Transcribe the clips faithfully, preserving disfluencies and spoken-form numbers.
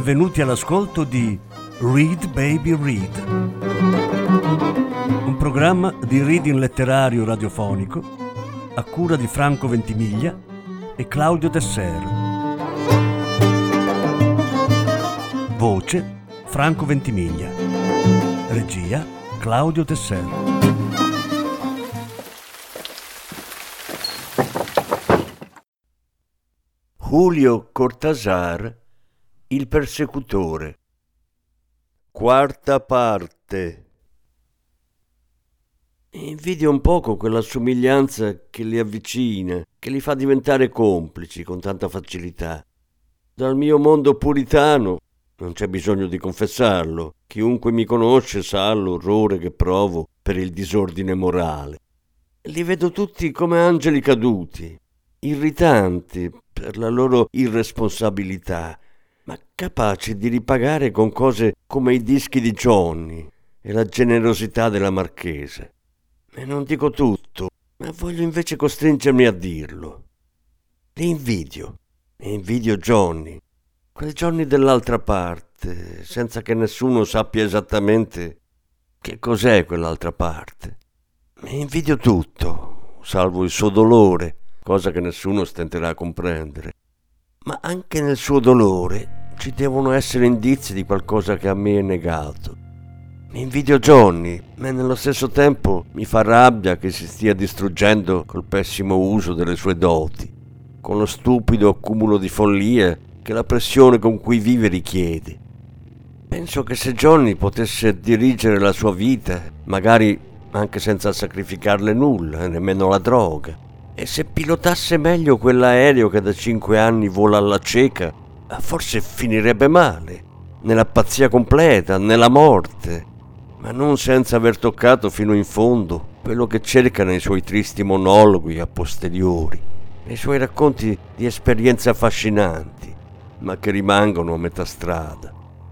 benvenuti all'ascolto di Read Baby Read, un programma di reading letterario radiofonico a cura di Franco Ventimiglia e Claudio Desser. Voce Franco Ventimiglia. Regia Claudio Desser. Julio Cortázar, il persecutore. Quarta parte. Invidio un poco quella somiglianza che li avvicina, che li fa diventare complici con tanta facilità. Dal mio mondo puritano, non c'è bisogno di confessarlo, chiunque mi conosce sa l'orrore che provo per il disordine morale. Li vedo tutti come angeli caduti, irritanti per la loro irresponsabilità, ma capaci di ripagare con cose come i dischi di Johnny e la generosità della marchesa. E non dico tutto, ma voglio invece costringermi a dirlo. Li invidio, e invidio Johnny, quel Johnny dell'altra parte, senza che nessuno sappia esattamente che cos'è quell'altra parte. E invidio tutto, salvo il suo dolore, cosa che nessuno stenterà a comprendere. Ma anche nel suo dolore ci devono essere indizi di qualcosa che a me è negato. Mi invidio Johnny, ma nello stesso tempo mi fa rabbia che si stia distruggendo col pessimo uso delle sue doti, con lo stupido accumulo di follia che la pressione con cui vive richiede. Penso che se Johnny potesse dirigere la sua vita, magari anche senza sacrificarle nulla, nemmeno la droga, e se pilotasse meglio quell'aereo che da cinque anni vola alla cieca, forse finirebbe male, nella pazzia completa, nella morte, ma non senza aver toccato fino in fondo quello che cerca nei suoi tristi monologhi a posteriori, nei suoi racconti di esperienze affascinanti, ma che rimangono a metà strada.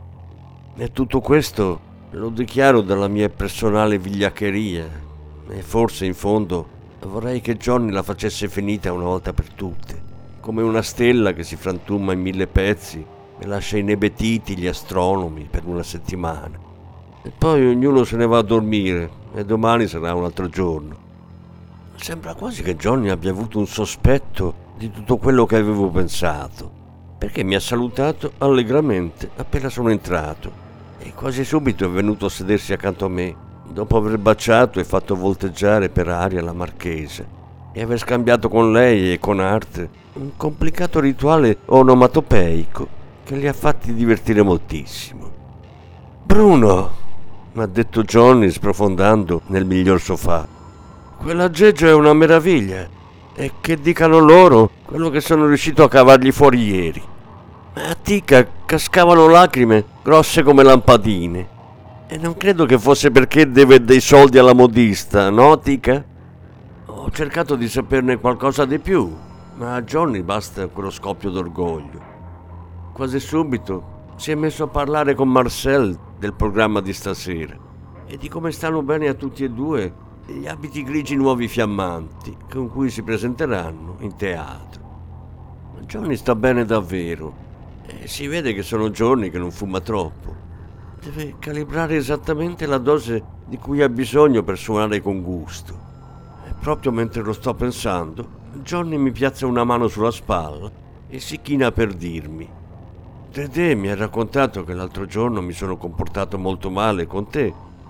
E tutto questo lo dichiaro dalla mia personale vigliaccheria, e forse in fondo vorrei che Johnny la facesse finita una volta per tutte, come una stella che si frantuma in mille pezzi e lascia inebetiti gli astronomi per una settimana. E poi ognuno se ne va a dormire e domani sarà un altro giorno. Sembra quasi che Johnny abbia avuto un sospetto di tutto quello che avevo pensato, perché mi ha salutato allegramente appena sono entrato e quasi subito è venuto a sedersi accanto a me, dopo aver baciato e fatto volteggiare per aria la marchesa e aver scambiato con lei e con Art un complicato rituale onomatopeico che li ha fatti divertire moltissimo. «Bruno», mi ha detto Johnny sprofondando nel miglior sofà, «quell'aggeggio è una meraviglia, e che dicano loro quello che sono riuscito a cavargli fuori ieri. A Tica cascavano lacrime grosse come lampadine. E non credo che fosse perché deve dei soldi alla modista, no, Tica?» Ho cercato di saperne qualcosa di più, ma a Johnny basta quello scoppio d'orgoglio. Quasi subito si è messo a parlare con Marcel del programma di stasera e di come stanno bene a tutti e due gli abiti grigi nuovi fiammanti con cui si presenteranno in teatro. Johnny sta bene davvero e si vede che sono giorni che non fuma troppo. Deve calibrare esattamente la dose di cui ha bisogno per suonare con gusto. E proprio mentre lo sto pensando, Johnny mi piazza una mano sulla spalla e si china per dirmi: «Dedè mi ha raccontato che l'altro giorno mi sono comportato molto male con te».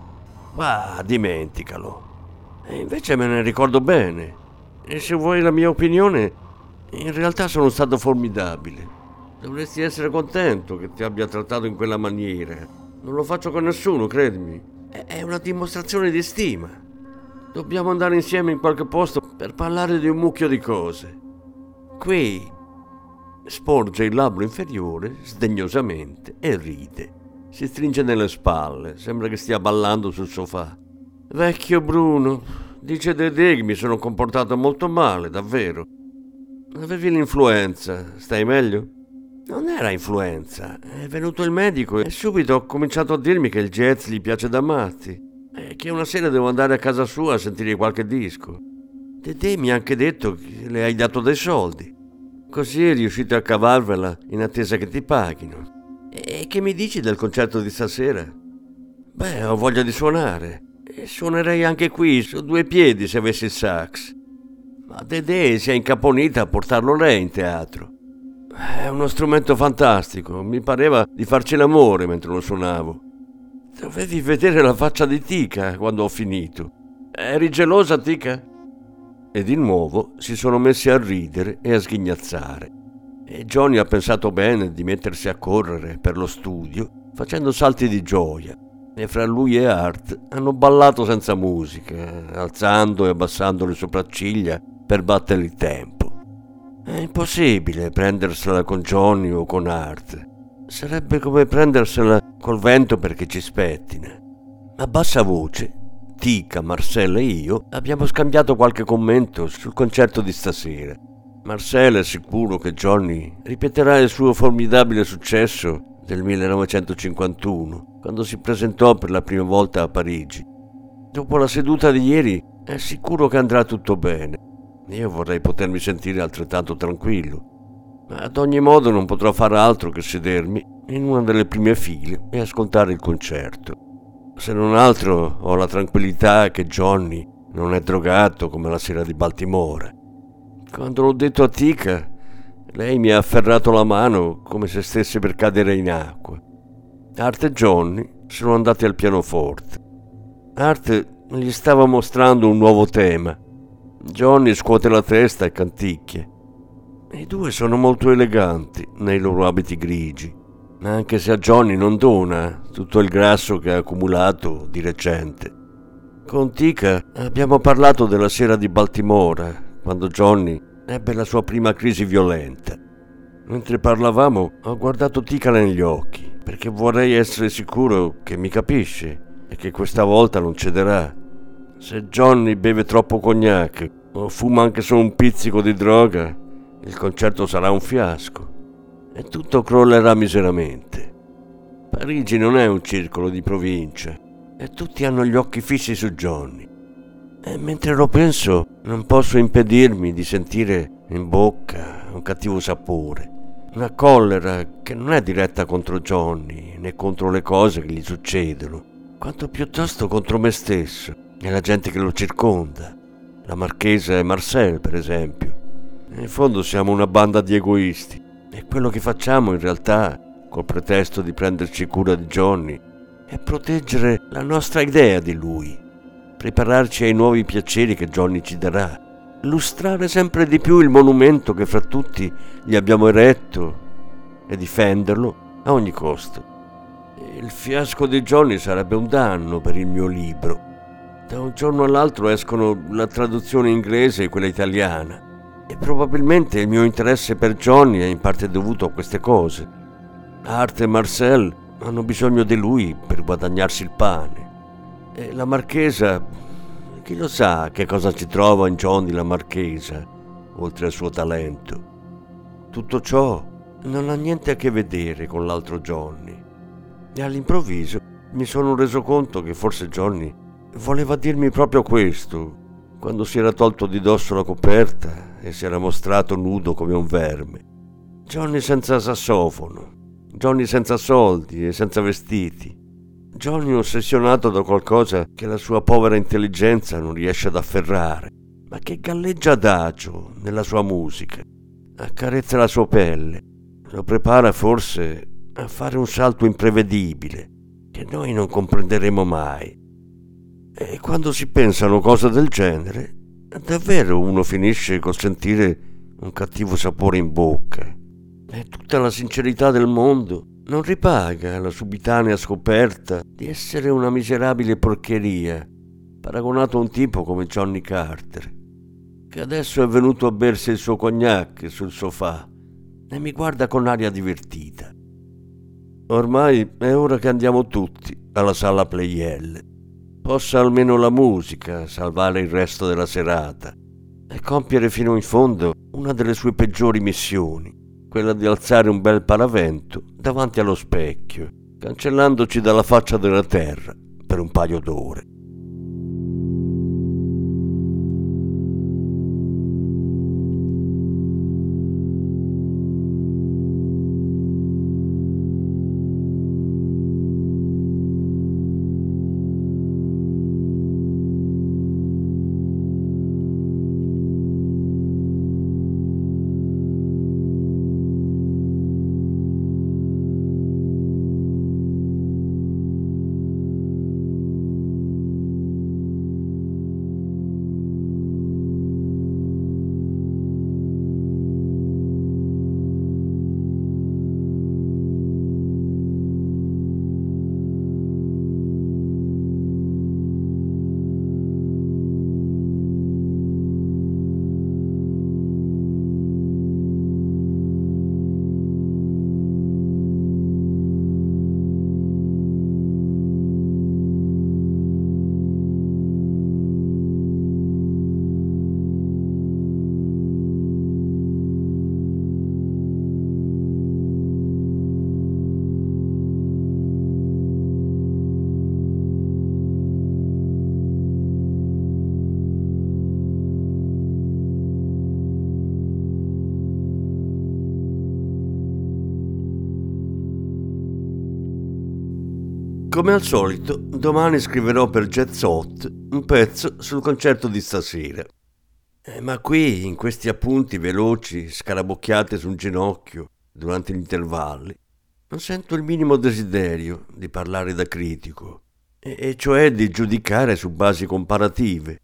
«Ma dimenticalo. E invece me ne ricordo bene. E se vuoi la mia opinione, in realtà sono stato formidabile. Dovresti essere contento che ti abbia trattato in quella maniera. Non lo faccio con nessuno, credimi. È una dimostrazione di stima. Dobbiamo andare insieme in qualche posto per parlare di un mucchio di cose. Qui», sporge il labbro inferiore sdegnosamente e ride. Si stringe nelle spalle, sembra che stia ballando sul sofà. «Vecchio Bruno, dice Dedè che mi sono comportato molto male, davvero. Avevi l'influenza, stai meglio?» «Non era influenza, è venuto il medico e subito ha cominciato a dirmi che il jazz gli piace da matti e che una sera devo andare a casa sua a sentire qualche disco. Dedè mi ha anche detto che le hai dato dei soldi. Così è riuscito a cavarvela in attesa che ti paghino. E che mi dici del concerto di stasera? Beh, ho voglia di suonare. E suonerei anche qui, su due piedi, se avessi il sax. Ma Dedè si è incaponita a portarlo lei in teatro. È uno strumento fantastico, mi pareva di farci l'amore mentre lo suonavo. Dovevi vedere la faccia di Tika quando ho finito. Eri gelosa, Tika? E di nuovo si sono messi a ridere e a sghignazzare. E Johnny ha pensato bene di mettersi a correre per lo studio, facendo salti di gioia. E fra lui e Art hanno ballato senza musica, alzando e abbassando le sopracciglia per battere il tempo. È impossibile prendersela con Johnny o con Art. Sarebbe come prendersela col vento perché ci spettina. A bassa voce, Tika, Marcel e io abbiamo scambiato qualche commento sul concerto di stasera. Marcel è sicuro che Johnny ripeterà il suo formidabile successo del millenovecentocinquantuno, quando si presentò per la prima volta a Parigi. Dopo la seduta di ieri è sicuro che andrà tutto bene. Io vorrei potermi sentire altrettanto tranquillo, ma ad ogni modo non potrò fare altro che sedermi in una delle prime file e ascoltare il concerto. Se non altro ho la tranquillità che Johnny non è drogato come la sera di Baltimora. Quando l'ho detto a Tika, lei mi ha afferrato la mano come se stesse per cadere in acqua. Art e Johnny sono andati al pianoforte. Art gli stava mostrando un nuovo tema. Johnny scuote la testa e canticchia. I due sono molto eleganti nei loro abiti grigi, anche se a Johnny non dona tutto il grasso che ha accumulato di recente. Con Tika abbiamo parlato della sera di Baltimora, quando Johnny ebbe la sua prima crisi violenta. Mentre parlavamo ho guardato Tika negli occhi, perché vorrei essere sicuro che mi capisce e che questa volta non cederà. Se Johnny beve troppo cognac o fuma anche solo un pizzico di droga, il concerto sarà un fiasco e tutto crollerà miseramente. Parigi non è un circolo di provincia e tutti hanno gli occhi fissi su Johnny. E mentre lo penso non posso impedirmi di sentire in bocca un cattivo sapore, una collera che non è diretta contro Johnny né contro le cose che gli succedono, quanto piuttosto contro me stesso e la gente che lo circonda, la Marchesa e Marcel per esempio. In fondo siamo una banda di egoisti e quello che facciamo in realtà, col pretesto di prenderci cura di Johnny, è proteggere la nostra idea di lui, prepararci ai nuovi piaceri che Johnny ci darà, lustrare sempre di più il monumento che fra tutti gli abbiamo eretto e difenderlo a ogni costo. Il fiasco di Johnny sarebbe un danno per il mio libro. Da un giorno all'altro escono la traduzione inglese e quella italiana e probabilmente il mio interesse per Johnny è in parte dovuto a queste cose. Art e Marcel hanno bisogno di lui per guadagnarsi il pane. E la Marchesa, chi lo sa che cosa ci trova in Johnny la Marchesa, oltre al suo talento. Tutto ciò non ha niente a che vedere con l'altro Johnny. E all'improvviso mi sono reso conto che forse Johnny voleva dirmi proprio questo, quando si era tolto di dosso la coperta e si era mostrato nudo come un verme. Johnny senza sassofono, Johnny senza soldi e senza vestiti. Johnny ossessionato da qualcosa che la sua povera intelligenza non riesce ad afferrare, ma che galleggia adagio nella sua musica, accarezza la sua pelle, lo prepara forse a fare un salto imprevedibile che noi non comprenderemo mai. E quando si pensano cose del genere, davvero uno finisce col sentire un cattivo sapore in bocca. E tutta la sincerità del mondo non ripaga la subitanea scoperta di essere una miserabile porcheria, paragonato a un tipo come Johnny Carter, che adesso è venuto a bersi il suo cognac sul sofà e mi guarda con aria divertita. Ormai è ora che andiamo tutti alla sala Pleyel. Possa almeno la musica salvare il resto della serata e compiere fino in fondo una delle sue peggiori missioni, quella di alzare un bel paravento davanti allo specchio, cancellandoci dalla faccia della terra per un paio d'ore. Come al solito, domani scriverò per Jazz Hot un pezzo sul concerto di stasera. Eh, ma qui, in questi appunti veloci, scarabocchiate su un ginocchio durante gli intervalli, non sento il minimo desiderio di parlare da critico, e, e cioè di giudicare su basi comparative.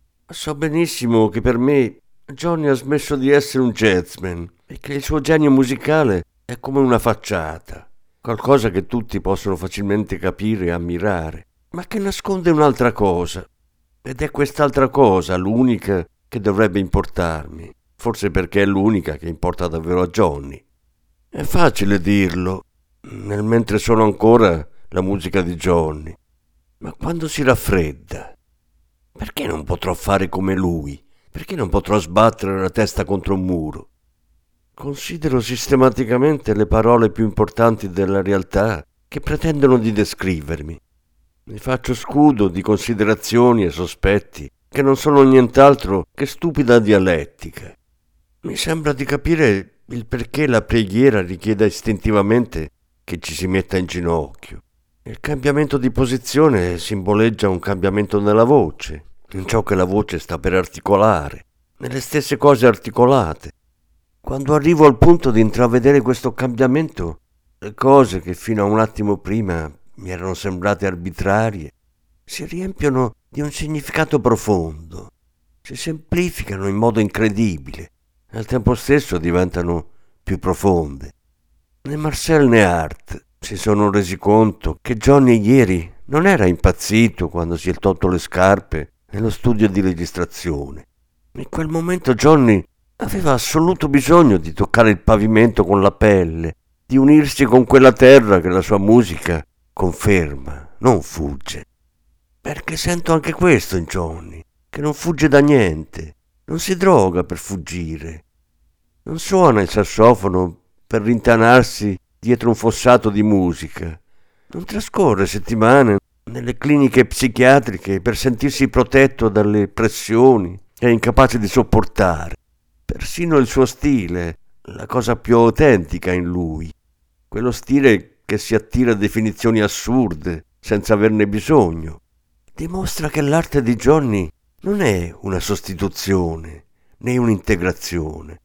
So benissimo che per me Johnny ha smesso di essere un jazzman e che il suo genio musicale è come una facciata, qualcosa che tutti possono facilmente capire e ammirare, ma che nasconde un'altra cosa. Ed è quest'altra cosa l'unica che dovrebbe importarmi, forse perché è l'unica che importa davvero a Johnny. È facile dirlo, nel mentre sono ancora la musica di Johnny, ma quando si raffredda, perché non potrò fare come lui? Perché non potrò sbattere la testa contro un muro? Considero sistematicamente le parole più importanti della realtà che pretendono di descrivermi. Mi faccio scudo di considerazioni e sospetti che non sono nient'altro che stupida dialettica. Mi sembra di capire il perché la preghiera richieda istintivamente che ci si metta in ginocchio. Il cambiamento di posizione simboleggia un cambiamento nella voce, in ciò che la voce sta per articolare, nelle stesse cose articolate. Quando arrivo al punto di intravedere questo cambiamento, le cose che fino a un attimo prima mi erano sembrate arbitrarie si riempiono di un significato profondo, si semplificano in modo incredibile e al tempo stesso diventano più profonde. Né Marcel né Art si sono resi conto che Johnny ieri non era impazzito quando si è tolto le scarpe nello studio di registrazione. In quel momento Johnny aveva assoluto bisogno di toccare il pavimento con la pelle, di unirsi con quella terra che la sua musica conferma, non fugge. Perché sento anche questo in Johnny, che non fugge da niente, non si droga per fuggire, non suona il sassofono per rintanarsi dietro un fossato di musica, non trascorre settimane nelle cliniche psichiatriche per sentirsi protetto dalle pressioni che è incapace di sopportare. Persino il suo stile, la cosa più autentica in lui, quello stile che si attira a definizioni assurde senza averne bisogno, dimostra che l'arte di Johnny non è una sostituzione né un'integrazione.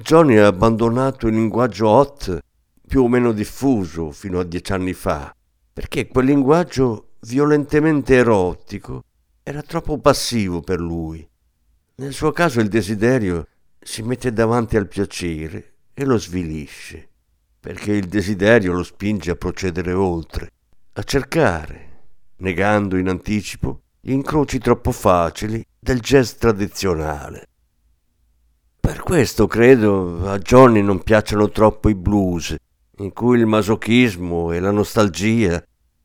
Johnny ha abbandonato il linguaggio hot più o meno diffuso fino a dieci anni fa, perché quel linguaggio violentemente erotico era troppo passivo per lui. Nel suo caso il desiderio si mette davanti al piacere e lo svilisce, perché il desiderio lo spinge a procedere oltre, a cercare, negando in anticipo gli incroci troppo facili del jazz tradizionale. Per questo credo a Johnny non piacciono troppo i blues, in cui il masochismo e la nostalgia,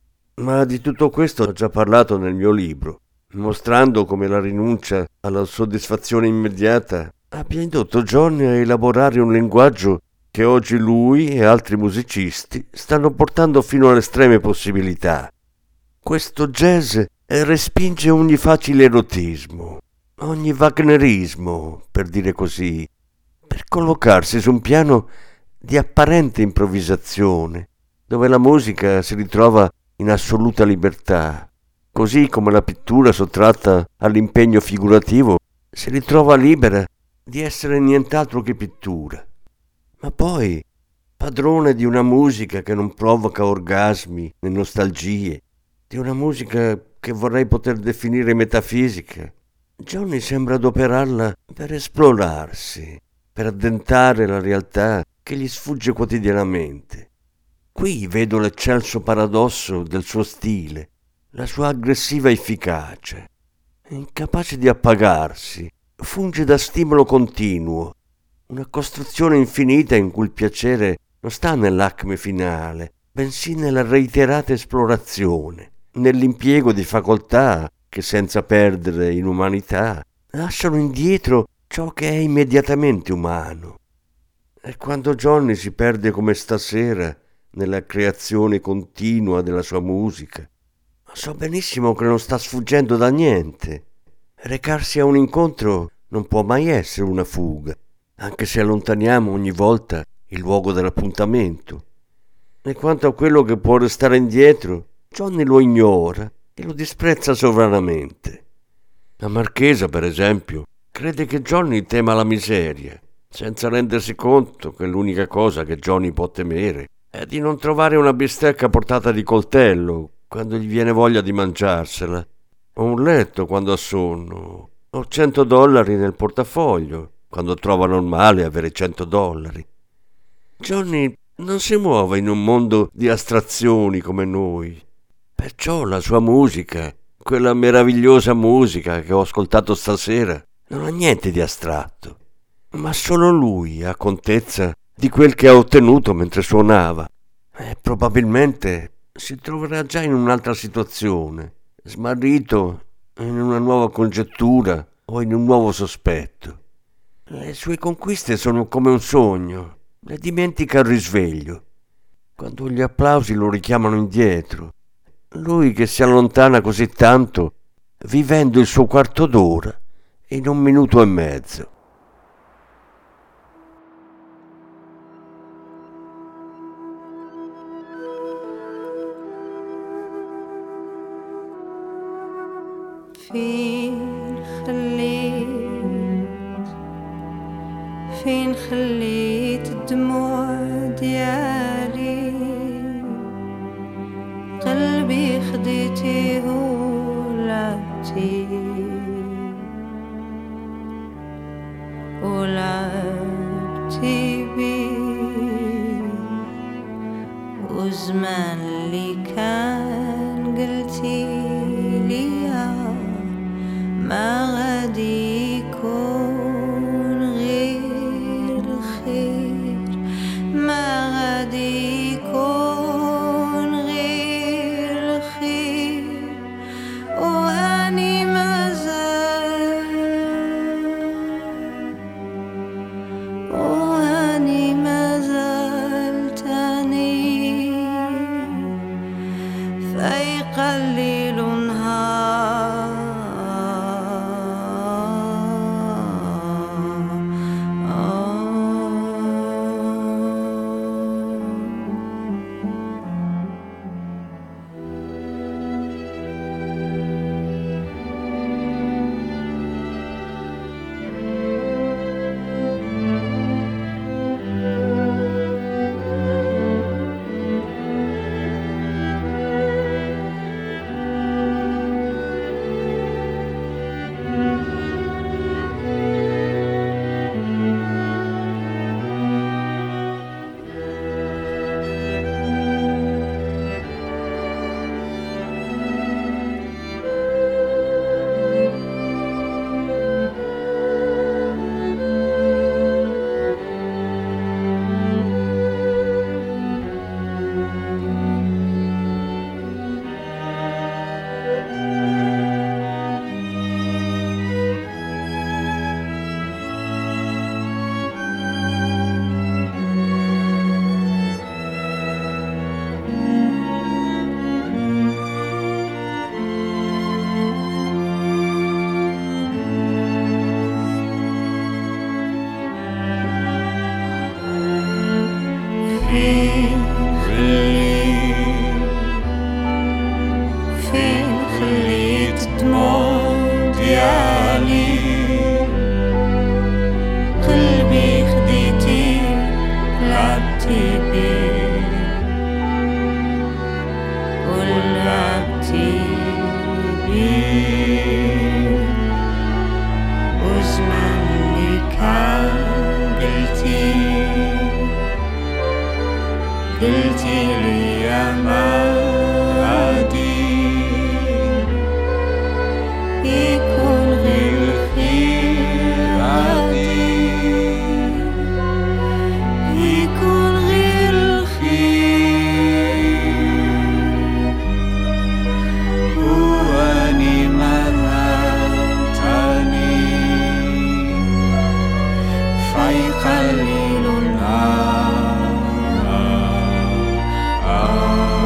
ma di tutto questo ho già parlato nel mio libro, mostrando come la rinuncia alla soddisfazione immediata abbia indotto Johnny a elaborare un linguaggio che oggi lui e altri musicisti stanno portando fino alle estreme possibilità. Questo jazz respinge ogni facile erotismo, ogni wagnerismo, per dire così, per collocarsi su un piano di apparente improvvisazione, dove la musica si ritrova in assoluta libertà, così come la pittura sottratta all'impegno figurativo si ritrova libera di essere nient'altro che pittura. Ma poi, padrone di una musica che non provoca orgasmi né nostalgie, di una musica che vorrei poter definire metafisica, Johnny sembra adoperarla per esplorarsi, per addentare la realtà che gli sfugge quotidianamente. Qui vedo l'eccelso paradosso del suo stile, la sua aggressiva efficacia. Incapace di appagarsi, funge da stimolo continuo, una costruzione infinita in cui il piacere non sta nell'acme finale, bensì nella reiterata esplorazione, nell'impiego di facoltà che, senza perdere in umanità, lasciano indietro ciò che è immediatamente umano. E quando Johnny si perde come stasera nella creazione continua della sua musica, so benissimo che non sta sfuggendo da niente. Recarsi a un incontro non può mai essere una fuga, anche se allontaniamo ogni volta il luogo dell'appuntamento. E quanto a quello che può restare indietro, Johnny lo ignora e lo disprezza sovranamente. La Marchesa, per esempio, crede che Johnny tema la miseria, senza rendersi conto che l'unica cosa che Johnny può temere è di non trovare una bistecca a portata di coltello quando gli viene voglia di mangiarsela, o un letto quando ha sonno, o cento dollari nel portafoglio quando trova normale avere cento dollari. Johnny non si muove in un mondo di astrazioni come noi, perciò la sua musica, quella meravigliosa musica che ho ascoltato stasera, non ha niente di astratto, ma solo lui ha contezza di quel che ha ottenuto mentre suonava, e probabilmente si troverà già in un'altra situazione, smarrito in una nuova congettura o in un nuovo sospetto. Le sue conquiste sono come un sogno, le dimentica al risveglio, quando gli applausi lo richiamano indietro. Lui che si allontana così tanto, vivendo il suo quarto d'ora in un minuto e mezzo. فين خليت فين خليت الدموع ديالي قلبي خديتيه ولعبتي ولعبتي بيه وزمان اللي كان قلتي لي ما غادي يكون غير الخير ما غادي يكون غير الخير دموع ديالي قلبي خديتي لعبتي بيه ولعبتي بيه وزمان اللي كان قلتي قلتي لي يا ما يكون غير الخير عادي يكون غير الخير واني مرة تاني فايق الليل والنهار آه آه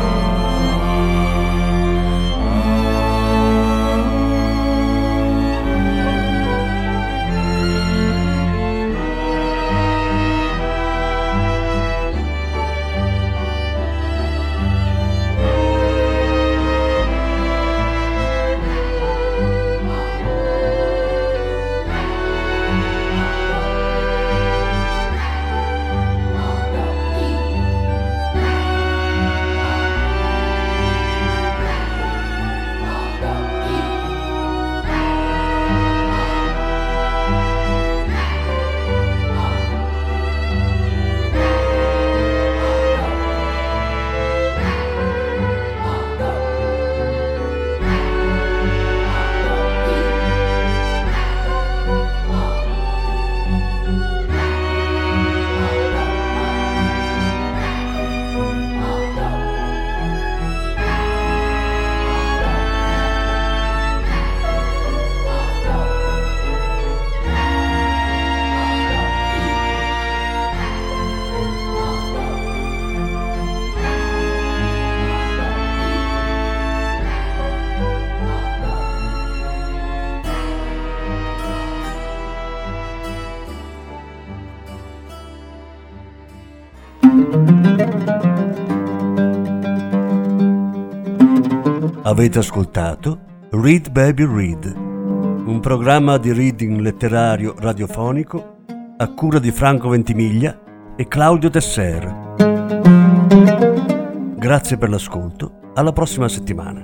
Avete ascoltato Read Baby Read, un programma di reading letterario radiofonico a cura di Franco Ventimiglia e Claudio Tesser. Grazie per l'ascolto, alla prossima settimana.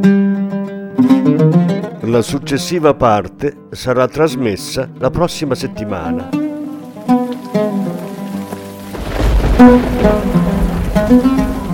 La successiva parte sarà trasmessa la prossima settimana.